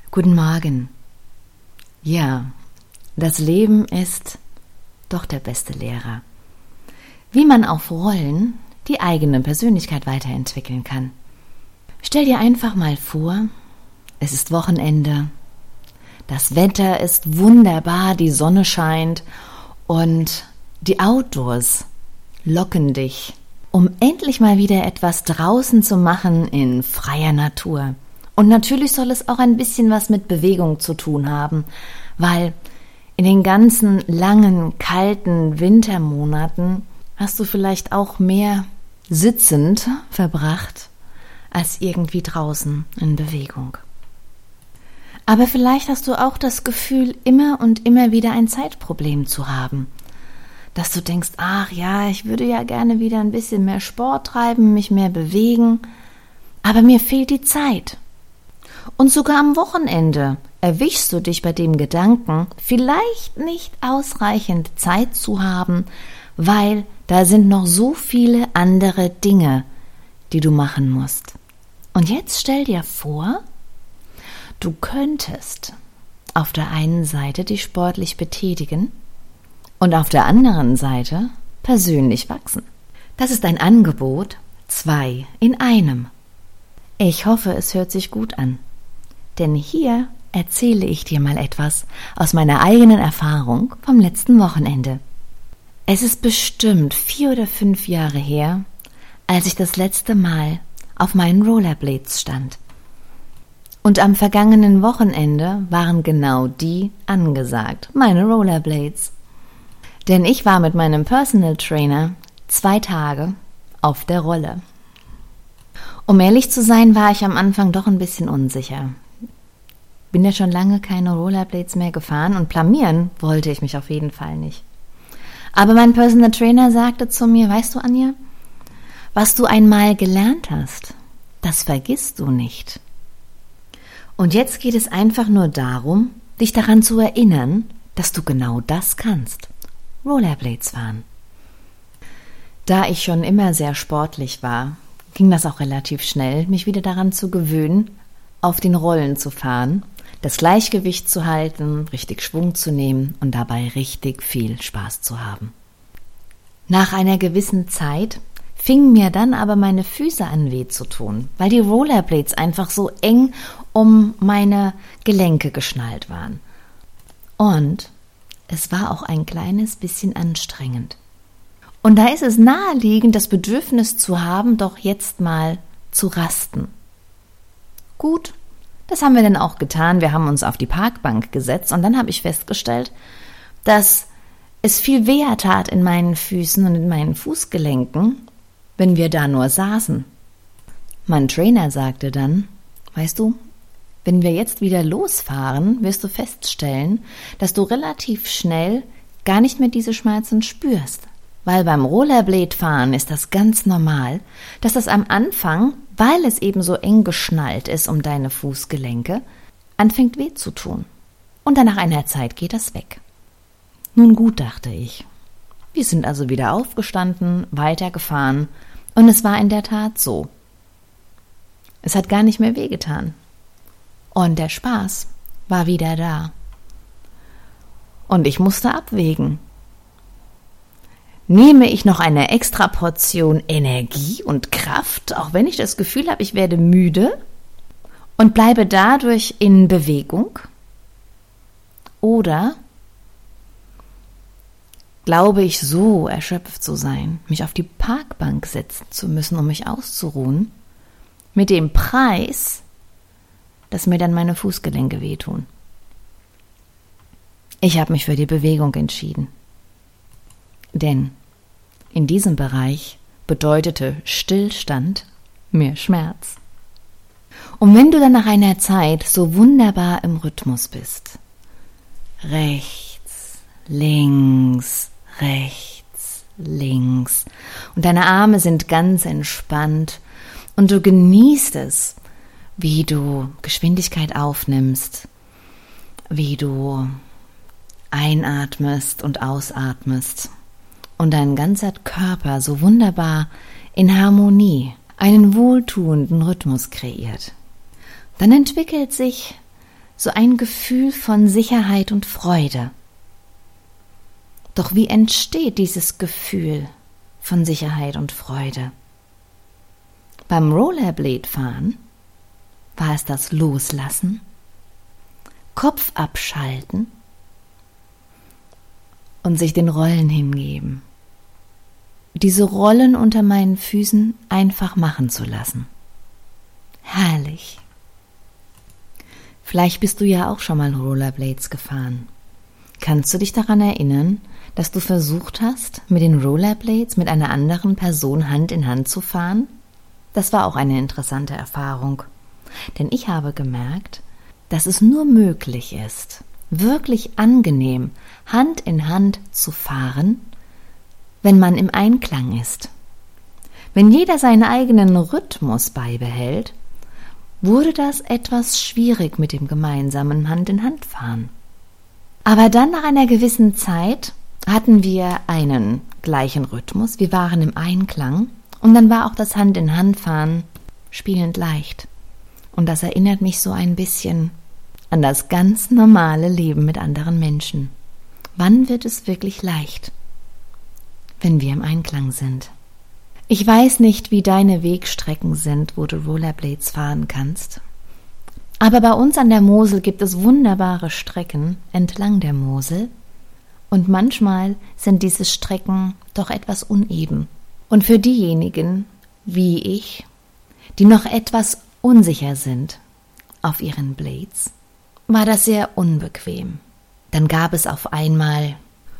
Guten Morgen. Ja, das Leben ist doch der beste Lehrer. Wie man auf Rollen die eigene Persönlichkeit weiterentwickeln kann. Stell dir einfach mal vor, es ist Wochenende, das Wetter ist wunderbar, die Sonne scheint und die Outdoors locken dich, um endlich mal wieder etwas draußen zu machen in freier Natur. Und natürlich soll es auch ein bisschen was mit Bewegung zu tun haben, weil in den ganzen langen, kalten Wintermonaten hast du vielleicht auch mehr sitzend verbracht, als irgendwie draußen in Bewegung. Aber vielleicht hast du auch das Gefühl, immer und immer wieder ein Zeitproblem zu haben. Dass du denkst, ach ja, ich würde ja gerne wieder ein bisschen mehr Sport treiben, mich mehr bewegen, aber mir fehlt die Zeit. Und sogar am Wochenende erwischst du dich bei dem Gedanken, vielleicht nicht ausreichend Zeit zu haben, weil da sind noch so viele andere Dinge, die du machen musst. Und jetzt stell dir vor, du könntest auf der einen Seite dich sportlich betätigen und auf der anderen Seite persönlich wachsen. Das ist ein Angebot, 2 in einem. Ich hoffe, es hört sich gut an. Denn hier erzähle ich dir mal etwas aus meiner eigenen Erfahrung vom letzten Wochenende. Es ist bestimmt 4 oder 5 Jahre her, als ich das letzte Mal auf meinen Rollerblades stand. Und am vergangenen Wochenende waren genau die angesagt, meine Rollerblades. Denn ich war mit meinem Personal Trainer 2 Tage auf der Rolle. Um ehrlich zu sein, war ich am Anfang doch ein bisschen unsicher. Bin ja schon lange keine Rollerblades mehr gefahren und blamieren wollte ich mich auf jeden Fall nicht. Aber mein Personal Trainer sagte zu mir, weißt du, Anja, was du einmal gelernt hast, das vergisst du nicht. Und jetzt geht es einfach nur darum, dich daran zu erinnern, dass du genau das kannst. Rollerblades fahren. Da ich schon immer sehr sportlich war, ging das auch relativ schnell, mich wieder daran zu gewöhnen, auf den Rollen zu fahren, das Gleichgewicht zu halten, richtig Schwung zu nehmen und dabei richtig viel Spaß zu haben. Nach einer gewissen Zeit fingen mir dann aber meine Füße an weh zu tun, weil die Rollerblades einfach so eng um meine Gelenke geschnallt waren. Und es war auch ein kleines bisschen anstrengend. Und da ist es naheliegend, das Bedürfnis zu haben, doch jetzt mal zu rasten. Gut, das haben wir dann auch getan. Wir haben uns auf die Parkbank gesetzt und dann habe ich festgestellt, dass es viel weher tat in meinen Füßen und in meinen Fußgelenken, wenn wir da nur saßen. Mein Trainer sagte dann, weißt du, wenn wir jetzt wieder losfahren, wirst du feststellen, dass du relativ schnell gar nicht mehr diese Schmerzen spürst. Weil beim Rollerblade-Fahren ist das ganz normal, dass das am Anfang, weil es eben so eng geschnallt ist um deine Fußgelenke, anfängt weh zu tun. Und dann nach einer Zeit geht das weg. Nun gut, dachte ich. Wir sind also wieder aufgestanden, weitergefahren und es war in der Tat so. Es hat gar nicht mehr wehgetan. Und der Spaß war wieder da. Und ich musste abwägen. Nehme ich noch eine extra Portion Energie und Kraft, auch wenn ich das Gefühl habe, ich werde müde und bleibe dadurch in Bewegung? Oder glaube ich, so erschöpft zu sein, mich auf die Parkbank setzen zu müssen, um mich auszuruhen, mit dem Preis, dass mir dann meine Fußgelenke wehtun? Ich habe mich für die Bewegung entschieden. Denn in diesem Bereich bedeutete Stillstand mehr Schmerz. Und wenn du dann nach einer Zeit so wunderbar im Rhythmus bist, rechts, links, und deine Arme sind ganz entspannt und du genießt es, wie du Geschwindigkeit aufnimmst, wie du einatmest und ausatmest und dein ganzer Körper so wunderbar in Harmonie einen wohltuenden Rhythmus kreiert. Dann entwickelt sich so ein Gefühl von Sicherheit und Freude. Doch wie entsteht dieses Gefühl von Sicherheit und Freude? Beim Rollerblade-Fahren war es das Loslassen, Kopf abschalten und sich den Rollen hingeben. Diese Rollen unter meinen Füßen einfach machen zu lassen. Herrlich. Vielleicht bist du ja auch schon mal Rollerblades gefahren. Kannst du dich daran erinnern, dass du versucht hast, mit den Rollerblades mit einer anderen Person Hand in Hand zu fahren? Das war auch eine interessante Erfahrung. Denn ich habe gemerkt, dass es nur möglich ist, wirklich angenehm Hand in Hand zu fahren, wenn man im Einklang ist. Wenn jeder seinen eigenen Rhythmus beibehält, wurde das etwas schwierig mit dem gemeinsamen Hand-in-Hand-Fahren. Aber dann nach einer gewissen Zeit hatten wir einen gleichen Rhythmus, wir waren im Einklang und dann war auch das Hand-in-Hand-Fahren spielend leicht. Und das erinnert mich so ein bisschen an das ganz normale Leben mit anderen Menschen. Wann wird es wirklich leicht? Wenn wir im Einklang sind. Ich weiß nicht, wie deine Wegstrecken sind, wo du Rollerblades fahren kannst. Aber bei uns an der Mosel gibt es wunderbare Strecken entlang der Mosel. Und manchmal sind diese Strecken doch etwas uneben. Und für diejenigen, wie ich, die noch etwas unsicher sind auf ihren Blades, war das sehr unbequem. Dann gab es auf einmal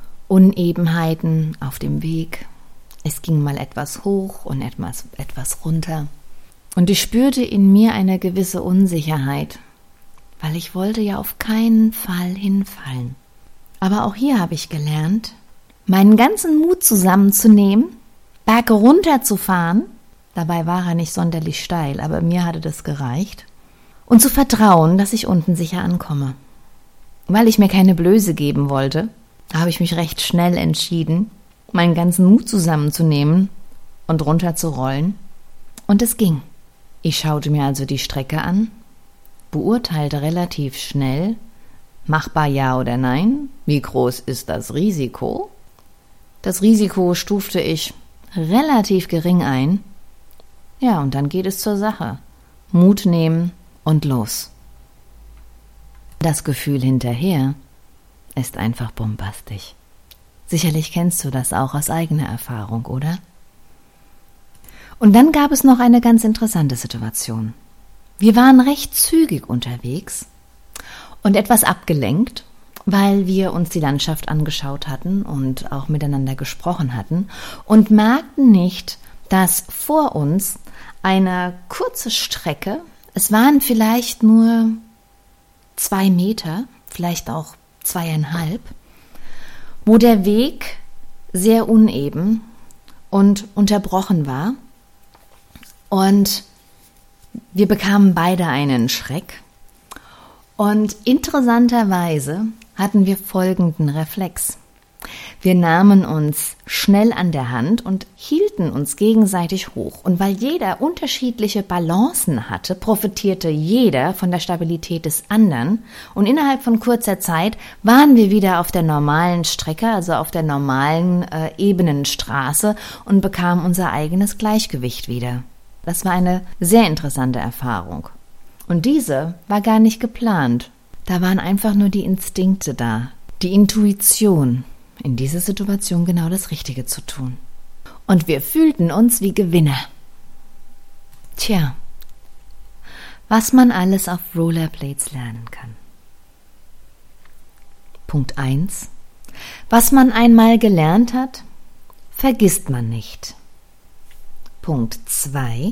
Unebenheiten auf dem Weg. Es ging mal etwas hoch und etwas runter. Und ich spürte in mir eine gewisse Unsicherheit, weil ich wollte ja auf keinen Fall hinfallen. Aber auch hier habe ich gelernt, meinen ganzen Mut zusammenzunehmen, Berge runterzufahren. Dabei war er nicht sonderlich steil, aber mir hatte das gereicht. Und zu vertrauen, dass ich unten sicher ankomme. Weil ich mir keine Blöße geben wollte, habe ich mich recht schnell entschieden, meinen ganzen Mut zusammenzunehmen und runterzurollen. Und es ging. Ich schaute mir also die Strecke an, beurteilte relativ schnell, machbar ja oder nein, wie groß ist das Risiko. Das Risiko stufte ich relativ gering ein. Ja, und dann geht es zur Sache. Mut nehmen und los. Das Gefühl hinterher ist einfach bombastisch. Sicherlich kennst du das auch aus eigener Erfahrung, oder? Und dann gab es noch eine ganz interessante Situation. Wir waren recht zügig unterwegs und etwas abgelenkt, weil wir uns die Landschaft angeschaut hatten und auch miteinander gesprochen hatten und merkten nicht, dass vor uns eine kurze Strecke, es waren vielleicht nur 2 Meter, vielleicht auch 2,5, wo der Weg sehr uneben und unterbrochen war. Und wir bekamen beide einen Schreck. Und interessanterweise hatten wir folgenden Reflex. Wir nahmen uns schnell an der Hand und hielten uns gegenseitig hoch. Und weil jeder unterschiedliche Balancen hatte, profitierte jeder von der Stabilität des anderen. Und innerhalb von kurzer Zeit waren wir wieder auf der normalen Strecke, also auf der normalen ebenen Straße und bekamen unser eigenes Gleichgewicht wieder. Das war eine sehr interessante Erfahrung. Und diese war gar nicht geplant. Da waren einfach nur die Instinkte da, die Intuition, in dieser Situation genau das Richtige zu tun. Und wir fühlten uns wie Gewinner. Tja, was man alles auf Rollerblades lernen kann. Punkt 1. Was man einmal gelernt hat, vergisst man nicht. Punkt 2.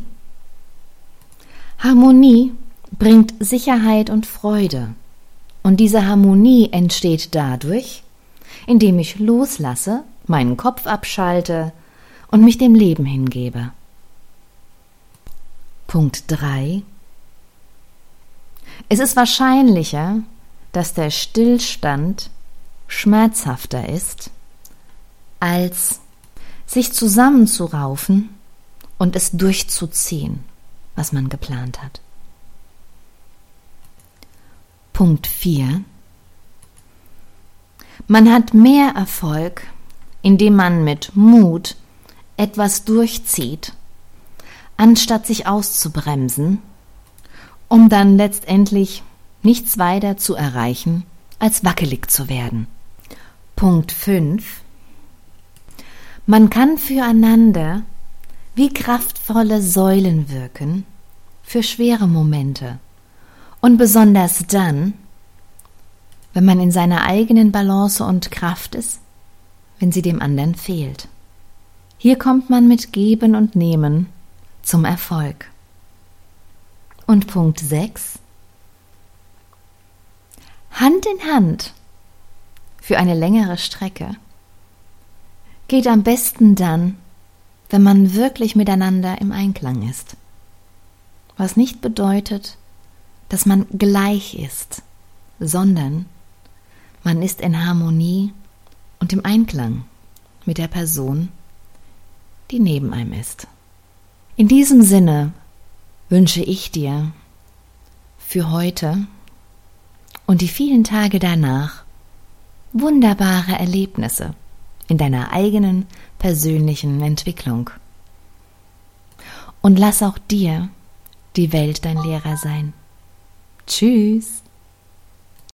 Harmonie bringt Sicherheit und Freude. Und diese Harmonie entsteht dadurch, indem ich loslasse, meinen Kopf abschalte und mich dem Leben hingebe. Punkt 3. Es ist wahrscheinlicher, dass der Stillstand schmerzhafter ist, als sich zusammenzuraufen und es durchzuziehen, was man geplant hat. Punkt 4. Man hat mehr Erfolg, indem man mit Mut etwas durchzieht, anstatt sich auszubremsen, um dann letztendlich nichts weiter zu erreichen, als wackelig zu werden. Punkt 5. Man kann füreinander wie kraftvolle Säulen wirken für schwere Momente und besonders dann, wenn man in seiner eigenen Balance und Kraft ist, wenn sie dem anderen fehlt. Hier kommt man mit Geben und Nehmen zum Erfolg. Und Punkt 6. Hand in Hand für eine längere Strecke geht am besten dann, wenn man wirklich miteinander im Einklang ist. Was nicht bedeutet, dass man gleich ist, sondern man ist in Harmonie und im Einklang mit der Person, die neben einem ist. In diesem Sinne wünsche ich dir für heute und die vielen Tage danach wunderbare Erlebnisse in deiner eigenen persönlichen Entwicklung. Und lass auch dir die Welt dein Lehrer sein. Tschüss!